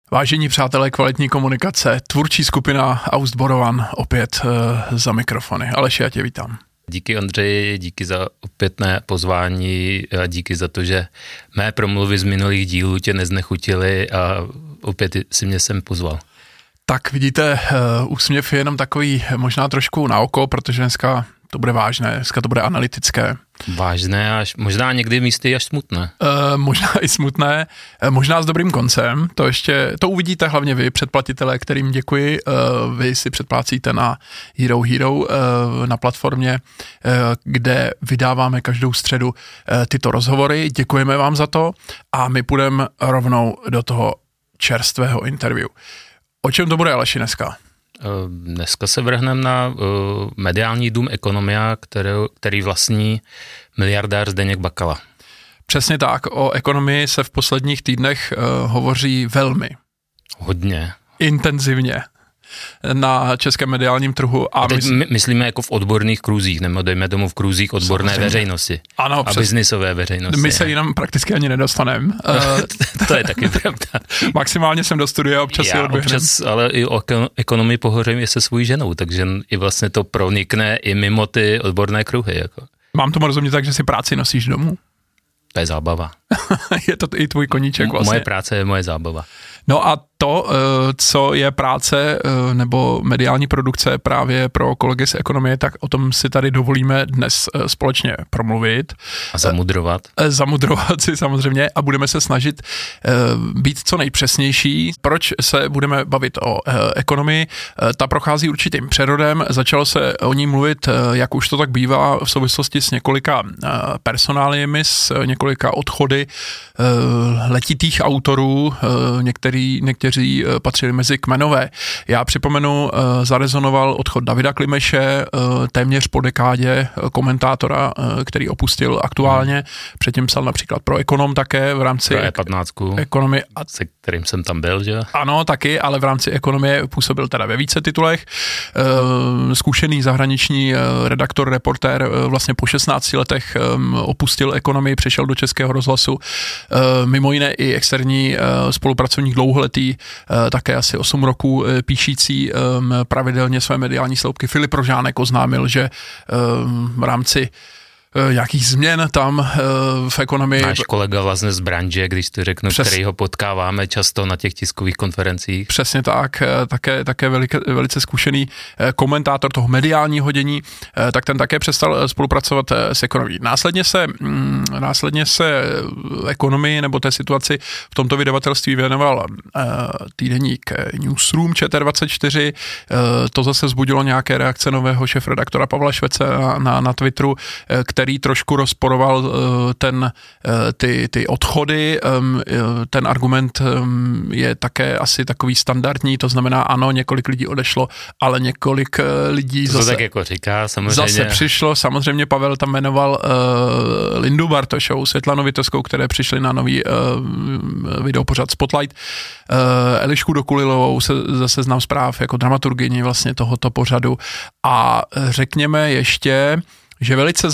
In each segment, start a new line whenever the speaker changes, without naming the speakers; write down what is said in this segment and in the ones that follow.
Vážení přátelé kvalitní komunikace, tvůrčí skupina Aust Borovan opět za mikrofony. Aleši, já tě vítám.
Díky Ondřeji, díky za opětné pozvání a díky za to, že mé promluvy z minulých dílů tě neznechutily a opět si mě sem pozval.
Tak vidíte, úsměv je jenom takový možná trošku na oko, protože dneska to bude vážné, dneska to bude analytické.
Vážné, možná někdy místy až smutné.
Možná i smutné, možná s dobrým koncem, to uvidíte hlavně vy, předplatitelé, kterým děkuji. Vy si předplácíte na Hero, na platformě, kde vydáváme každou středu tyto rozhovory. Děkujeme vám za to a my půjdeme rovnou do toho čerstvého interview. O čem to bude, Aleši, dneska?
Dneska se vrhneme na mediální dům Ekonomia, který vlastní miliardář Zdeněk Bakala.
Přesně tak, o ekonomii se v posledních týdnech hovoří velmi.
Hodně.
Intenzivně na českém mediálním trhu.
A teď myslíme jako v odborných kruzích, nebo dejme tomu v kruzích odborné samozřejmě veřejnosti.
Ano,
a biznisové veřejnosti.
My se jinam prakticky ani nedostaneme.
To je taky pravda.
Maximálně jsem do studia, občas si odběhnem.
Občas, ale i o ekonomii pohořím i se svou ženou, takže i vlastně to pronikne i mimo ty odborné kruhy. Jako.
Mám tomu rozumět tak, že si práci nosíš domů?
To je zábava.
Je to i tvůj koníček vlastně.
Moje práce je moje zábava.
No a to, co je práce nebo mediální produkce právě pro kolegy z ekonomie, tak o tom si tady dovolíme dnes společně promluvit.
A zamudrovat.
Zamudrovat si samozřejmě a budeme se snažit být co nejpřesnější. Proč se budeme bavit o ekonomii? Ta prochází určitým přerodem. Začalo se o ní mluvit, jak už to tak bývá, v souvislosti s několika personáliemi, s několika odchody letitých autorů, někteří patřili mezi kmenové. Já připomenu, zarezonoval odchod Davida Klimeše, téměř po dekádě komentátora, který opustil aktuálně. Předtím psal například pro Ekonom také v rámci
E15,
ekonomie.
Se kterým jsem tam byl, že?
Ano, taky, ale v rámci ekonomie působil teda ve více titulech. Zkušený zahraniční redaktor, reportér vlastně po 16 letech opustil ekonomii, přešel do Českého rozhlasu. Mimo jiné i externí spolupracovník dlouholetý, také asi 8 roků píšící pravidelně své mediální sloupky. Filip Rožánek oznámil, že v rámci nějakých změn tam v ekonomii.
Náš kolega vlastně z branže, když to řeknu, který ho potkáváme často na těch tiskových konferencích.
Přesně tak, také velice zkušený komentátor toho mediálního dění, tak ten také přestal spolupracovat s ekonomií. Následně se ekonomii nebo té situaci v tomto vydavatelství věnoval týdeník Newsroom ČT24, to zase vzbudilo nějaké reakce nového šéfredaktora Pavla Švece na Twitteru, který trošku rozporoval ty odchody. Ten argument je také asi takový standardní, to znamená ano, několik lidí odešlo, ale několik lidí zase,
tak jako říká, samozřejmě.
Zase přišlo. Samozřejmě Pavel tam jmenoval Lindu Bartošovou, Světlanu Vitoskou, které přišly na nový videopořad Spotlight. Elišku Dokulilovou se Seznam Zpráv jako dramaturgyni vlastně tohoto pořadu. A řekněme ještě, že velice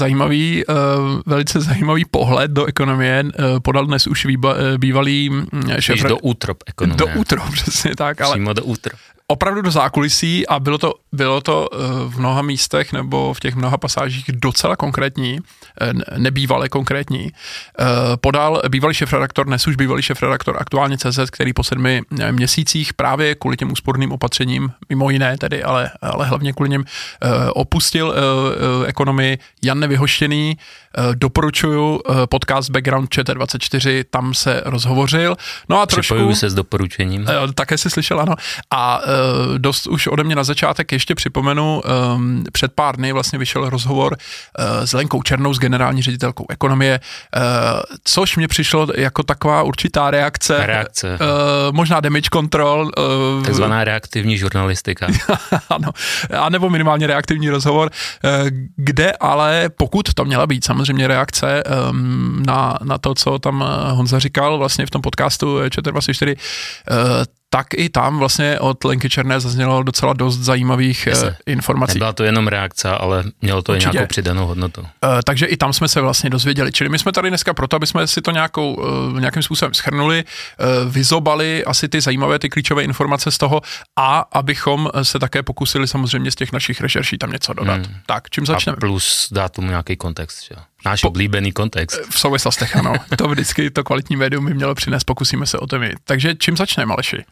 zajímavý pohled do ekonomie podal dnes už bývalý šéf.
Do útrop ekonomie.
Do útrop, přesně tak.
Přímo do útrop.
Opravdu do zákulisí a bylo to v mnoha místech nebo v těch mnoha pasážích docela konkrétní, nebývale konkrétní. Podal bývalý šéfredaktor, dnes už bývalý šéfredaktor Aktuálně CZ, který po 7 měsících právě kvůli těm úsporným opatřením, mimo jiné tedy, ale hlavně kvůli něm opustil ekonomii. Jan Nevyhoštěný, doporučuju podcast Background ČT24, tam se rozhovořil. No a trošku
připojuji se s doporučením.
Také si slyšel, ano. A dost už ode mě na začátek ještě připomenu, před pár dny vlastně vyšel rozhovor s Lenkou Černou, s generální ředitelkou ekonomie, což mě přišlo jako taková určitá reakce. Možná damage control.
Takzvaná reaktivní žurnalistika.
Ano, anebo minimálně reaktivní rozhovor, kde ale pokud to měla být samozřejmě reakce na to, co tam Honza říkal vlastně v tom podcastu ČT24, tak i tam vlastně od Lenky Černé zaznělo docela dost zajímavých informací.
Nebyla to jenom reakce, ale mělo to i nějakou přidanou hodnotu.
Takže i tam jsme se vlastně dozvěděli. Čili my jsme tady dneska proto, aby jsme si to nějakým způsobem shrnuli, vyzobali asi ty zajímavé, ty klíčové informace z toho a abychom se také pokusili samozřejmě z těch našich rešerší tam něco dodat. Tak, čím začneme?
A plus dát tomu nějaký kontext, že? Náš oblíbený kontext.
V souvislostech, ano. To vždycky to kvalitní médium by mělo přinést, pokusíme se o to my. Takže čím začneme, Aleši?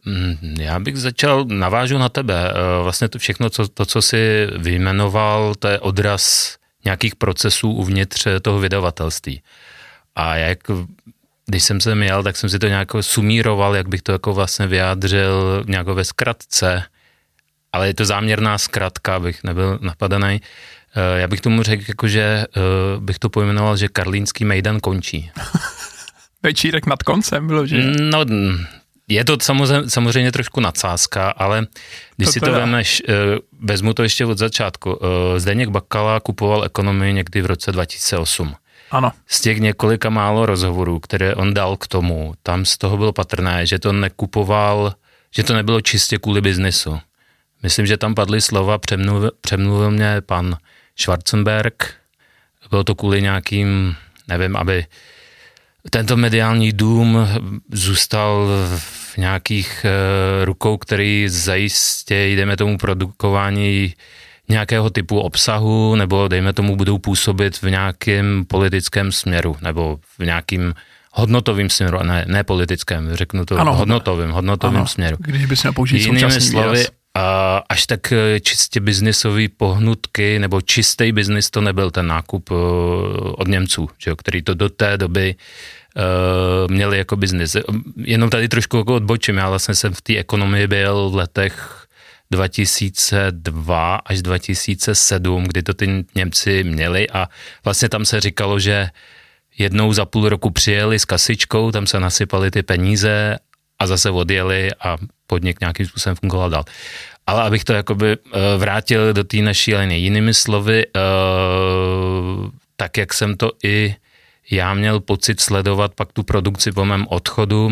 Já bych začal, navážu na tebe. Vlastně to všechno, co jsi vyjmenoval, to je odraz nějakých procesů uvnitř toho vydavatelství. A když jsem se jel, tak jsem si to nějak sumíroval, jak bych to jako vlastně vyjádřil nějak ve zkratce, ale je to záměrná zkratka, abych nebyl napadený. Já bych tomu řekl, jakože bych to pojmenoval, že Karlínský mejdan končí.
Večírek nad koncem bylo, že?
No, je to samozřejmě trošku nadsázka, ale když si to vemeš, vezmu to ještě od začátku. Zdeněk Bakala kupoval Ekonomii někdy v roce 2008.
Ano.
Z těch několika málo rozhovorů, které on dal k tomu, tam z toho bylo patrné, že to nekupoval, že to nebylo čistě kvůli biznisu. Myslím, že tam padly slova, přemluvil mě pan Schwarzenberg, bylo to kvůli nějakým, nevím, aby tento mediální dům zůstal v nějakých rukou, který zajistí, dejme tomu, produkování nějakého typu obsahu, nebo dejme tomu budou působit v nějakém politickém směru, nebo v nějakým hodnotovým směru, ne politickém, řeknu to hodnotovým směru.
Když bys měl použít
současný slovy, až tak čistě biznisový pohnutky, nebo čistý biznis to nebyl ten nákup od Němců, že, který to do té doby měli jako biznis. Jenom tady trošku jako odbočím, já vlastně jsem v té Ekonomii byl v letech 2002 až 2007, kdy to ty Němci měli a vlastně tam se říkalo, že jednou za půl roku přijeli s kasičkou, tam se nasypali ty peníze a zase odjeli a podnik nějakým způsobem fungoval dál. Ale abych to jakoby vrátil do té naší linie. Jinými slovy, tak jak jsem to i já měl pocit sledovat pak tu produkci po mém odchodu,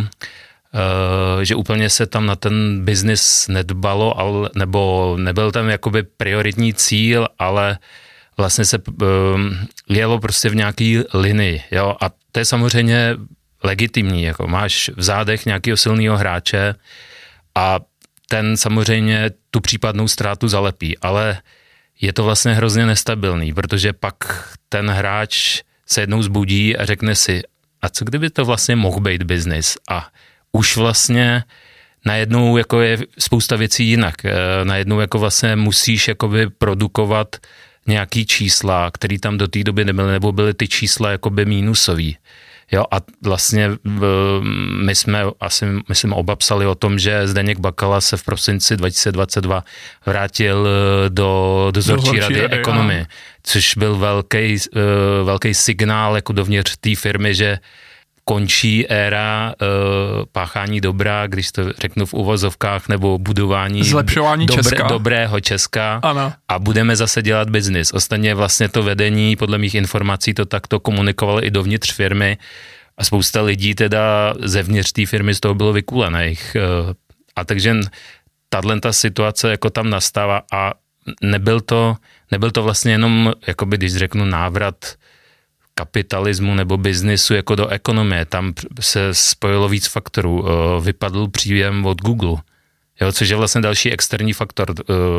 že úplně se tam na ten biznis nedbalo, nebo nebyl tam jakoby prioritní cíl, ale vlastně se jelo prostě v nějaký linii, jo, a to je samozřejmě legitimní, jako máš v zádech nějakého silného hráče a ten samozřejmě tu případnou ztrátu zalepí, ale je to vlastně hrozně nestabilní, protože pak ten hráč se jednou zbudí a řekne si, a co kdyby to vlastně mohl být biznis a už vlastně najednou jako je spousta věcí jinak. Najednou jako vlastně musíš jakoby produkovat nějaký čísla, které tam do té doby nebyly, nebo byly ty čísla jakoby mínusový. Jo, a vlastně my jsme asi, myslím, oba psali o tom, že Zdeněk Bakala se v prosinci 2022 vrátil do dozorčí rady Ekonomie, což byl velký signál jako dovnitř té firmy, že končí éra páchání dobra, když to řeknu v uvozovkách, nebo budování dobrého Česka.
Ano.
A budeme zase dělat biznis. Ostatně vlastně to vedení, podle mých informací, to takto komunikovalo i dovnitř firmy a spousta lidí teda zevnitř té firmy z toho bylo vykulených. A takže tato situace jako tam nastává a nebyl to vlastně jenom, jakoby, když řeknu, návrat kapitalismu nebo biznisu jako do ekonomie. Tam se spojilo víc faktorů. Vypadl příjem od Google, jo, což je vlastně další externí faktor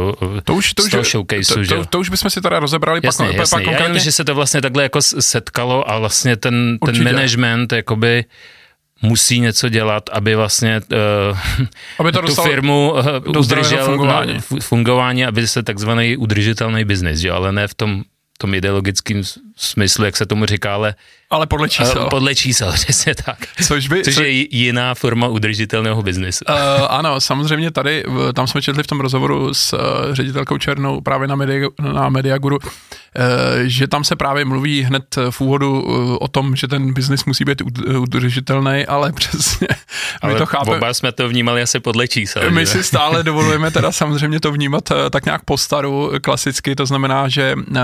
z toho showcaseu.
To už bychom si teda rozebrali.
Jasně. Já jenom, že se to vlastně takhle jako setkalo a vlastně ten management jakoby musí něco dělat, aby vlastně
aby to
tu firmu udržel fungování, aby se takzvaný udržitelný biznis, jo, ale ne v tom ideologickém smyslu, jak se tomu říká, ale
podle čísel.
Podle čísel, přesně tak. Což je jiná forma udržitelného biznesu.
Ano, samozřejmě tam jsme četli v tom rozhovoru s ředitelkou Černou právě na Mediaguru, že tam se právě mluví hned v úvodu o tom, že ten biznis musí být udržitelný, ale přesně.
Ale my to chápeme. Oba jsme to vnímali asi podle čísel.
My si stále dovolujeme teda samozřejmě to vnímat tak nějak po staru, klasicky, to znamená, že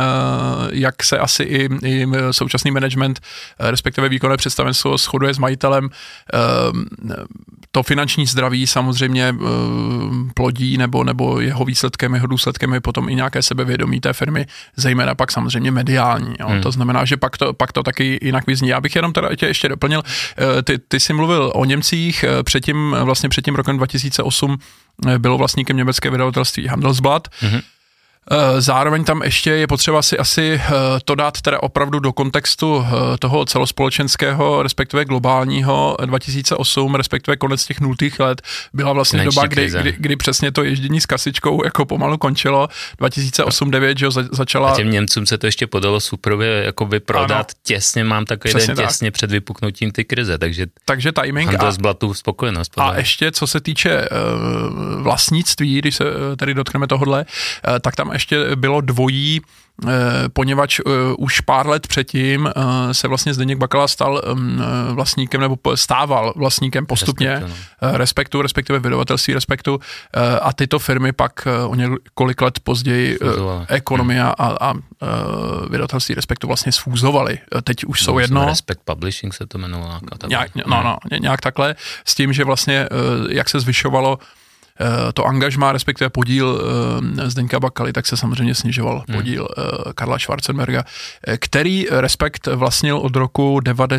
jak se asi i současný management, respektive výkonné představenstvo shoduje s majitelem. To finanční zdraví samozřejmě plodí, nebo jeho výsledkem, jeho důsledkem je potom i nějaké sebevědomí té firmy, zejména pak samozřejmě mediální. Jo. To znamená, že pak to taky jinak vyzní. Já bych jenom teda tě ještě doplnil, ty jsi mluvil o Němcích, před tím rokem 2008 bylo vlastníkem německé vydavatelství Handelsblatt. Zároveň tam ještě je potřeba si asi to dát teda opravdu do kontextu toho celospolečenského, respektive globálního 2008, respektive konec těch 0. let, byla vlastně doba, kdy přesně to ježdění s kasičkou jako pomalu končilo. 2008-2009, že začala...
A těm Němcům se to ještě podalo superově jakoby prodat těsně, mám takový den těsně před vypuknutím ty krize, takže
timing
Handelsblattu spokojenost.
A ještě co se týče vlastnictví, když se tady dotkneme tohodle, tak tam ještě bylo dvojí, poněvadž už pár let předtím se vlastně Zdeněk Bakala stal vlastníkem, nebo stával vlastníkem postupně Respektu, respektive vydavatelství Respektu, a tyto firmy pak o několik let později Ekonomia a vydavatelství Respektu vlastně sfúzovaly. Teď už jsou jedno.
Respect Publishing se to jmenovalo.
Nějak takhle, s tím, že vlastně jak se zvyšovalo to angažmá, respektive podíl Zdeňka Bakaly, tak se samozřejmě snižoval podíl Karla Schwarzenberga, který Respekt vlastnil od roku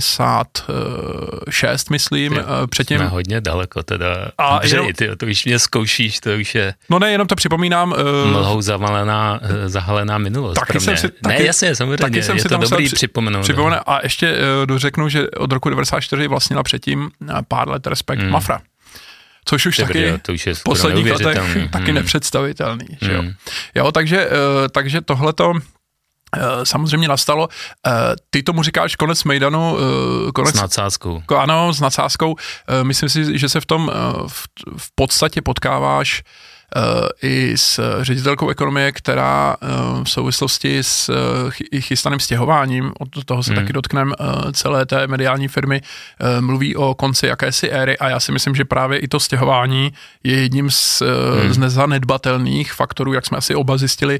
96, myslím. Předtím...
Jsme hodně daleko teda. Andřej, to už mě zkoušíš, to už je...
No ne, jenom to připomínám...
Mlhou zahalená minulost. Jasně, samozřejmě, je to dobrý připomenout.
A ještě dořeknu, že od roku 94 vlastnila předtím pár let Respekt Mafra. Což už taky v posledních letech taky nepředstavitelný. Jo, takže tohleto samozřejmě nastalo. Ty tomu říkáš konec mejdanu.
S nadsázkou.
Ano, s nadsázkou. Myslím si, že se v tom v podstatě potkáváš i s ředitelkou Ekonomie, která v souvislosti s chystaným stěhováním, od toho se taky dotkneme celé té mediální firmy, mluví o konci jakési éry, a já si myslím, že právě i to stěhování je jedním z nezanedbatelných faktorů, jak jsme asi oba zjistili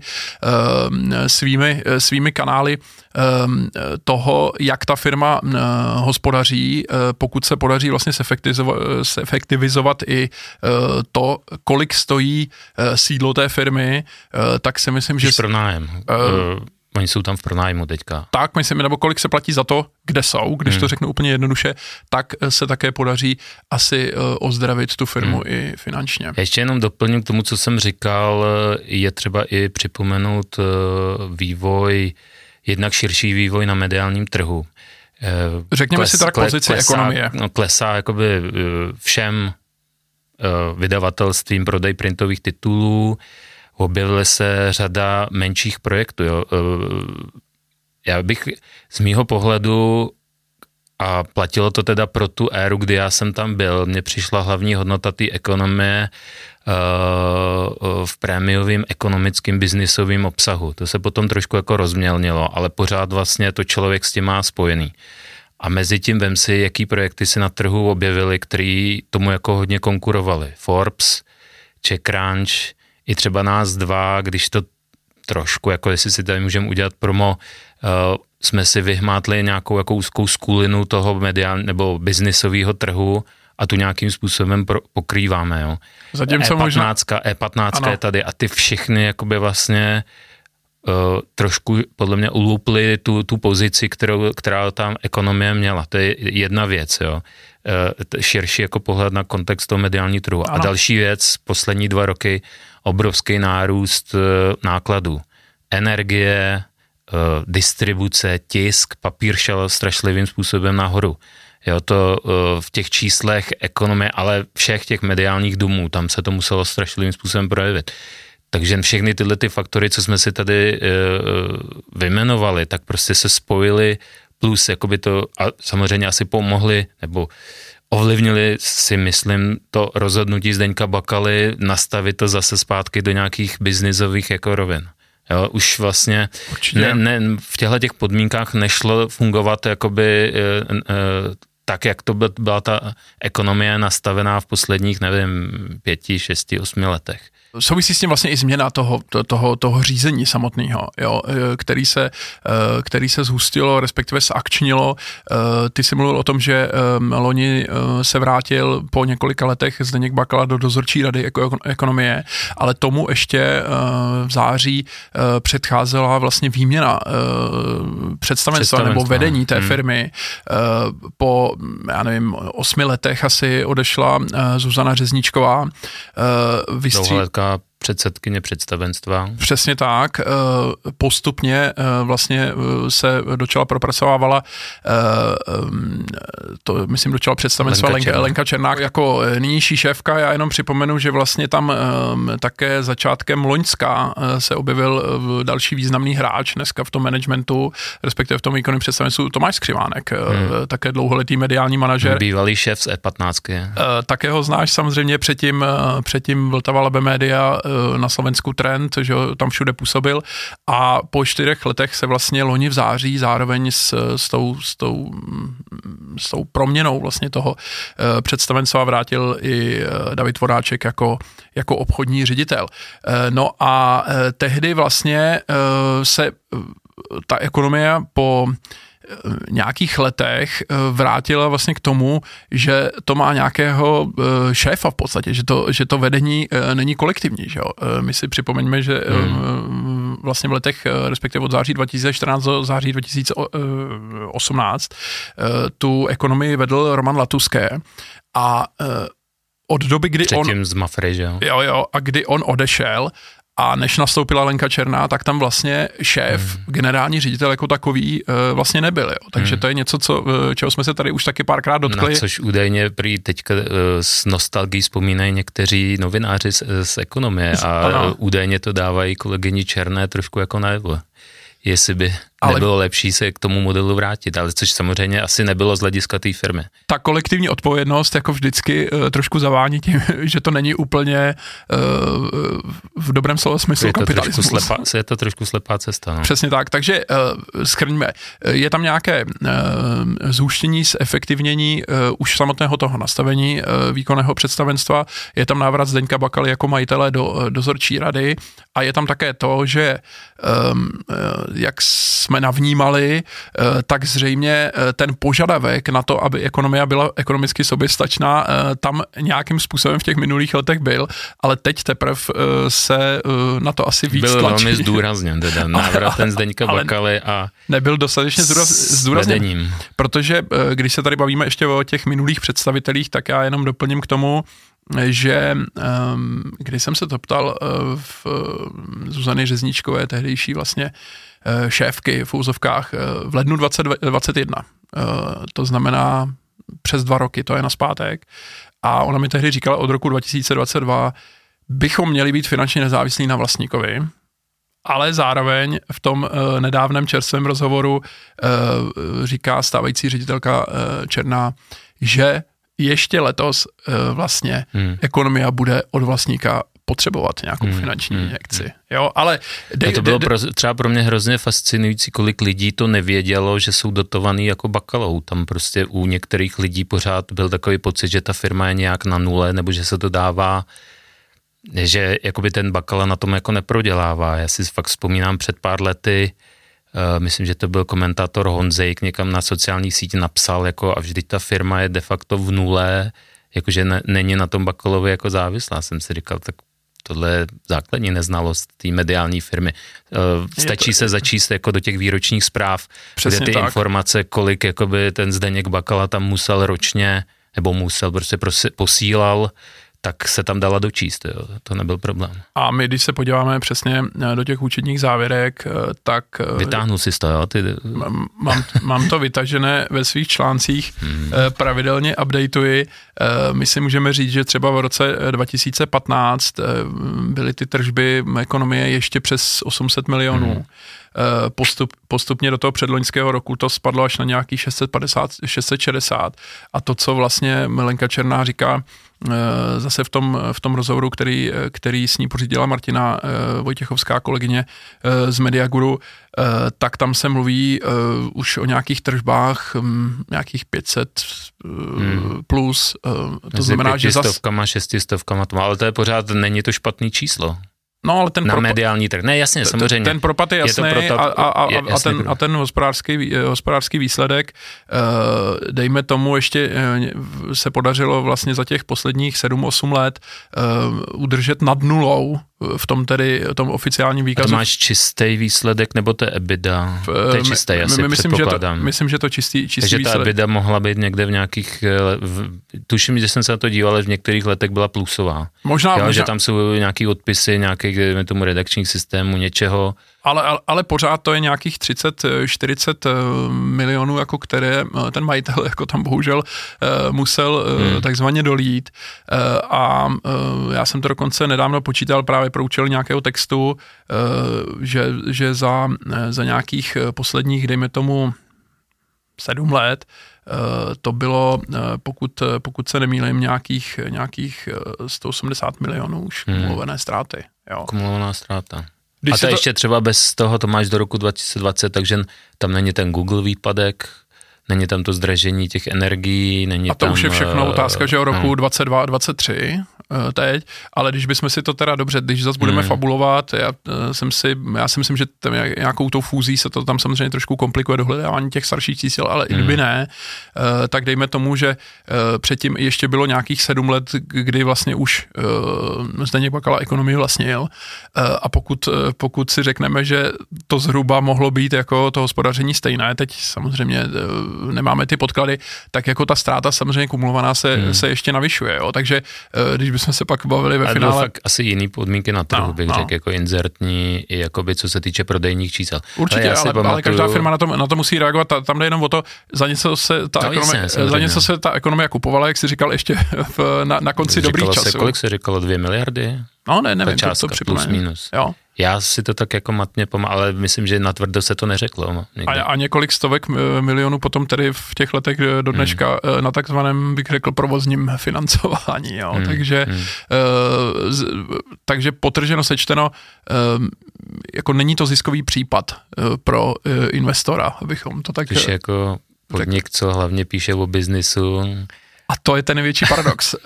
svými kanály, toho, jak ta firma hospodaří, pokud se podaří vlastně zefektivizovat i to, kolik stojí sídlo té firmy, tak si myslím, že...
pronájem. Oni jsou tam v pronájmu teďka.
Tak, myslím, nebo kolik se platí za to, kde jsou, když to řeknu úplně jednoduše, tak se také podaří asi ozdravit tu firmu i finančně.
Ještě jenom doplním k tomu, co jsem říkal, je třeba i připomenout vývoj, jednak širší vývoj na mediálním trhu.
Řekněme si tak pozici Ekonomie.
Klesá jakoby všem vydavatelstvím prodej printových titulů, objevily se řada menších projektů. Jo. Já bych z mýho pohledu, a platilo to teda pro tu éru, kdy já jsem tam byl, mně přišla hlavní hodnota té Ekonomie v prémiovém ekonomickém biznisovém obsahu. To se potom trošku jako rozmělnilo, ale pořád vlastně to člověk s tím má spojený. A mezi tím vem si, jaký projekty se na trhu objevily, který tomu jako hodně konkurovali. Forbes, CzechCrunch, i třeba nás dva, když to trošku, jako jestli si tady můžeme udělat promo, jsme si vyhmátli nějakou jako úzkou skulinu toho nebo biznisového trhu a tu nějakým způsobem pokrýváme. Jo.
Zatímco
E15 je tady a ty všechny jakoby vlastně trošku podle mě uloupli tu pozici, která tam Ekonomie měla. To je jedna věc, jo. Širší jako pohled na kontext toho mediální trhu. Ano. A další věc, poslední 2 roky, obrovský nárůst nákladů. Energie, distribuce, tisk, papír šel strašlivým způsobem nahoru. Jo, to v těch číslech Ekonomie, ale všech těch mediálních domů, tam se to muselo strašlivým způsobem projevit. Takže všechny tyhle ty faktory, co jsme si tady vyjmenovali, tak prostě se spojily, plus jakoby to a samozřejmě asi pomohli, nebo ovlivnili si, myslím, to rozhodnutí Zdeňka Bakaly nastavit to zase zpátky do nějakých biznisových jako rovin. Jo, už vlastně v těchto těch podmínkách nešlo fungovat jakoby tak, jak to byla ta Ekonomie nastavená v posledních, nevím, 5, 6, 8 letech.
souvisí s tím vlastně i změna toho řízení samotného, jo, který se zhustilo, respektive zakčnilo. Ty jsi mluvil o tom, že loni se vrátil po několika letech Zdeněk Bakala do dozorčí rady ekonomie, ale tomu ještě v září předcházela vlastně výměna představenstva nebo vedení té firmy. Po, já nevím, 8 letech asi odešla Zuzana Řezníčková.
Dlouholetka předsedkyně představenstva.
Přesně tak. Postupně vlastně se do čela propracovávala do čela představenstva Lenka Černák jako nynější šéfka. Já jenom připomenu, že vlastně tam také začátkem loňska se objevil další významný hráč dneska v tom managementu, respektive v tom výkonném představenstvu Tomáš Skřivánek, také dlouholetý mediální manažer.
Bývalý šéf z E15.
Také ho znáš samozřejmě předtím Vltava Labe Media na Slovensku Trend, že tam všude působil a po 4 letech se vlastně loni v září zároveň s tou proměnou vlastně toho představenstva vrátil i David Voráček jako obchodní ředitel. No a tehdy vlastně se ta ekonomie po nějakých letech vrátila vlastně k tomu, že to má nějakého šéfa v podstatě, že to vedení není kolektivní. Že jo? My si připomeňme, že vlastně v letech, respektive od září 2014 do září 2018 tu ekonomii vedl Roman Latuské a od doby, kdy
předtím z Mafry, že jo?
Jo, a kdy on odešel, a než nastoupila Lenka Černá, tak tam vlastně šéf, generální ředitel jako takový vlastně nebyl. Jo. Takže to je něco, čeho jsme se tady už taky párkrát dotkli.
Na což údajně prý teďka s nostalgií vzpomínají někteří novináři z ekonomie a údajně to dávají kolegyni Černé trošku jako najevo. Jestli by nebylo lepší se k tomu modelu vrátit, ale což samozřejmě asi nebylo z hlediska té firmy.
Ta kolektivní odpovědnost jako vždycky trošku zavání tím, že to není úplně v dobrém slova smyslu kapitalismus.
Je to trošku slepá cesta. No.
Přesně tak, takže shrňme, je tam nějaké zúštění, zefektivnění už samotného toho nastavení výkonného představenstva, je tam návrat Zdeňka Bakaly jako majitele do dozorčí rady a je tam také to, že jak jsme navnímali, tak zřejmě ten požadavek na to, aby ekonomia byla ekonomicky soběstačná, tam nějakým způsobem v těch minulých letech byl, ale teď teprve se na to asi víc
byl
tlačí.
Byl velmi zdůrazněn, teda návratem Zdeňka Bakaly a
nebyl dostatečně zdůrazněn, protože když se tady bavíme ještě o těch minulých představitelích, tak já jenom doplním k tomu, že když jsem se to ptal v Zuzany Řezníčkové, tehdejší vlastně šéfky v úzovkách v lednu 2021, to znamená přes 2 roky, to je nazpátek, a ona mi tehdy říkala, od roku 2022 bychom měli být finančně nezávislí na vlastníkovi, ale zároveň v tom nedávném čerstvém rozhovoru říká stávající ředitelka Černá, že ještě letos vlastně ekonomia bude od vlastníka potřebovat nějakou finanční injekci. Jo, ale
to bylo třeba pro mě hrozně fascinující, kolik lidí to nevědělo, že jsou dotovaný jako Bakalou. Tam prostě u některých lidí pořád byl takový pocit, že ta firma je nějak na nule, nebo že se to dává, že jakoby ten Bakala na tom jako neprodělává. Já si fakt vzpomínám před pár lety, myslím, že to byl komentátor Honzejk, někam na sociální síti napsal, jako a vždyť ta firma je de facto v nule, jakože není na tom Bakalovi jako závislá. Jsem si říkal, tak tohle je základní neznalost té mediální firmy. Stačí se začíst jako do těch výročních zpráv, kde ty informace, kolik jakoby ten Zdeněk Bakala tam musel ročně, nebo prostě posílal, tak se tam dala dočíst, jo. To nebyl problém.
A my, když se podíváme přesně do těch účetních závěrek, tak...
Vytáhnu si to, jo?
Mám to vytažené ve svých článcích, pravidelně updateuji. My si můžeme říct, že třeba v roce 2015 byly ty tržby ekonomie ještě přes 800 milionů. postupně do toho předloňského roku to spadlo až na nějaký 650, 660 a to, co vlastně Milenka Černá říká zase v tom rozhovoru, který s ní pořídila Martina Vojtěchovská, kolegyně z Mediaguru, tak tam se mluví už o nějakých tržbách, nějakých 500 plus. To znamená, že zase...
500, 600, ale to je pořád, není to špatný číslo.
No, ale ten
mediální trh. Ne, jasně, samozřejmě.
Ten propad je jasný a ten hospodářský výsledek, dejme tomu, ještě se podařilo vlastně za těch posledních 7-8 let udržet nad nulou v tom oficiálním výkazu.
A to máš čistý výsledek, nebo to je EBITDA? To je čistý, asi předpokládám.
Myslím, že to čistý
Takže
výsledek.
Ta EBITDA mohla být někde v nějakých, tuším, že jsem se na to díval, ale v některých letech byla plusová.
Možná.
Že tam jsou nějaký odpisy, nějakých tomu redakčních systémů, něčeho.
Ale pořád to je nějakých 30-40 milionů, jako které ten majitel jako tam bohužel musel takzvaně dolít. A já jsem to dokonce nedávno počítal právě pro účel nějakého textu, že za nějakých posledních, dejme tomu 7 let, to bylo, pokud se nemýlím, nějakých 180 milionů už kumulované ztráty. Jo.
Kumulovaná ztráta. A to ještě třeba bez toho, to máš do roku 2020, takže tam není ten Google výpadek, není tam to zdražení těch energií, není tam...
A to už je všechno otázka, že o roku 22 a 23 teď, ale když bychom si to teda dobře, když zase budeme fabulovat, já si myslím, že nějakou tou fúzí se to tam samozřejmě trošku komplikuje dohledávání těch starších čísel, ale i kdyby ne, tak dejme tomu, že předtím ještě bylo nějakých 7 let, kdy vlastně už Zdeněk Bakala ekonomii vlastnil a pokud si řekneme, že to zhruba mohlo být jako to hospodaření stejné, teď samozřejmě nemáme ty podklady, tak jako ta ztráta samozřejmě kumulovaná se ještě navyšuje, jo? Takže když bychom se pak bavili ve finále...
fakt asi jiný podmínky na trhu, bych řekl, jako inzertní, i jakoby co se týče prodejních čísel.
Určitě, ale každá firma na to musí reagovat, tam jde jenom o to, za něco se ta ekonomie kupovala, jak jsi říkal, ještě na konci dobrých časů.
Kolik se říkalo, 2 miliardy?
No, nevím,
ta částka,
to
plus minus.
Jo.
Já si to tak jako matně ale myslím, že natvrdo se to neřeklo.
A několik stovek milionů potom tedy v těch letech do dneška na takzvaném, bych řekl, provozním financování. Jo. Takže potrženo sečteno, jako není to ziskový případ pro investora, abychom to tak...
Když jako podnik, co hlavně píše o biznisu...
A to je ten největší paradox.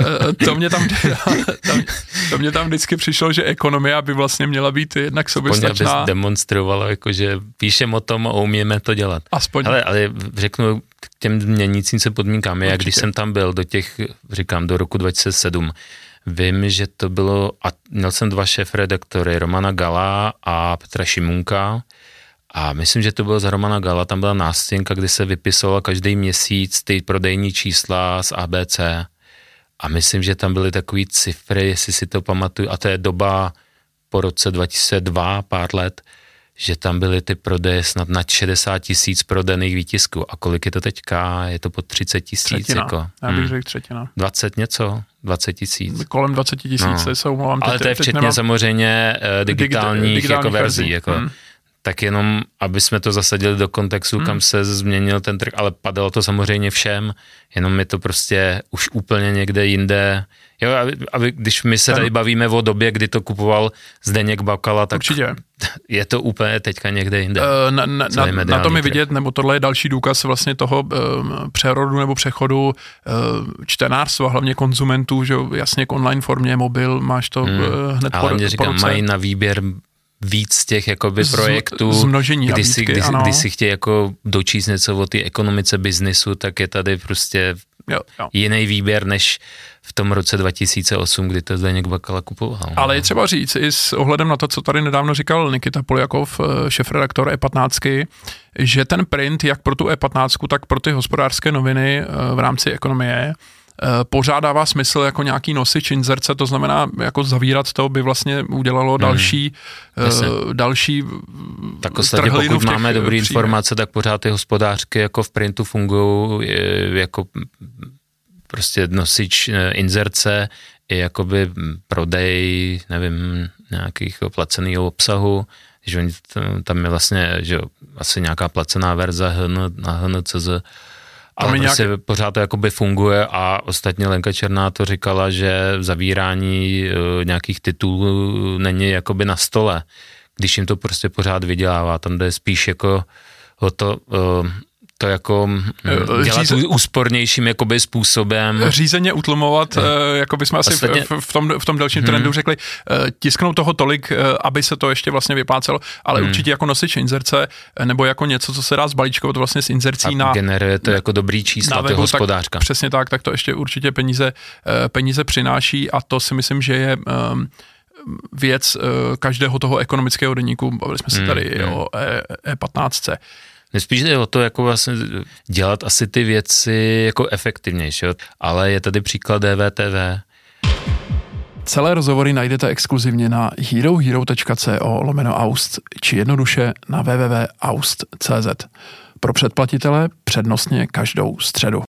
To mě tam vždycky přišlo, že ekonomie by vlastně měla být jednak soběstačná.
Aspoň demonstrovalo, jako, že píšeme o tom a umíme to dělat.
Aspoň.
Ale řeknu k těm měnícím se podmínkám. Já když jsem tam byl do roku 2007, vím, že to bylo, a měl jsem 2 šéfredaktory, Romana Gala a Petra Šimunka. A myslím, že to bylo za Romana Gala, tam byla nástěnka, kdy se vypisovala každý měsíc ty prodejní čísla z ABC. A myslím, že tam byly takový cifry, jestli si to pamatuju, a to je doba po roce 2002, pár let, že tam byly ty prodeje snad nad 60 000 prodaných výtisků. A kolik je to teďka? Je to pod 30 000? Jako,
já bych řekl třetina.
20 něco? 20 000?
Kolem 20 000 se omlouvám.
Ale to je včetně samozřejmě digitálních jako verzí. Jako. Tak jenom, aby jsme to zasadili do kontextu, kam se změnil ten trh, ale padalo to samozřejmě všem, jenom je to prostě už úplně někde jinde. Jo, aby když my se tady bavíme o době, kdy to kupoval Zdeněk Bakala, tak určitě. Je to úplně teďka někde jinde.
Na to mi vidět, nebo tohle je další důkaz vlastně toho přerodu nebo přechodu čtenářstva, hlavně konzumentů, že jasně k online formě, mobil, máš to hned
po roce. Říkám, mají na výběr víc těch jakoby projektů, kdy si chtějí jako dočíst něco o té ekonomice biznisu, tak je tady prostě jiný výběr než v tom roce 2008, kdy to Zdeněk Bakala kupoval.
Ale je třeba říct i s ohledem na to, co tady nedávno říkal Nikita Poljakov, šéfredaktor E15, že ten print, jak pro tu E15, tak pro ty hospodářské noviny v rámci ekonomie, pořád dává smysl jako nějaký nosič inzerce, to znamená jako zavírat to by vlastně udělalo další
trhlinu. Pokud máme dobré informace, tak pořád ty hospodářky jako v printu fungují jako prostě nosič inzerce i jakoby prodej, nevím, nějakých placeného obsahu, Že oni tam je vlastně, že asi nějaká placená verze na HN.cz, ale prostě pořád to jakoby funguje a ostatně Lenka Černá to říkala, že zavírání nějakých titulů není jakoby na stole, když jim to prostě pořád vydělává. Tam jde spíš jako o to jako dělat úspornějším jakoby způsobem.
Řízeně utlumovat, jako bychom asi v tom dalším trendu řekli, tisknout toho tolik, aby se to ještě vlastně vyplácelo, ale určitě jako nosič inzerce, nebo jako něco, co se dá zbalíčkovat vlastně s inzercí
a generuje to jako dobrý čísla, to hospodářka.
Přesně tak to ještě určitě peníze přináší a to si myslím, že je věc každého toho ekonomického deníku. Bavili jsme se tady o E15.
Nespíš jde o to, jako vlastně dělat asi ty věci jako efektivnější, ale je tady příklad DVTV.
Celé rozhovory najdete exkluzivně na herohero.co/aust či jednoduše na www.aust.cz. Pro předplatitele přednostně každou středu.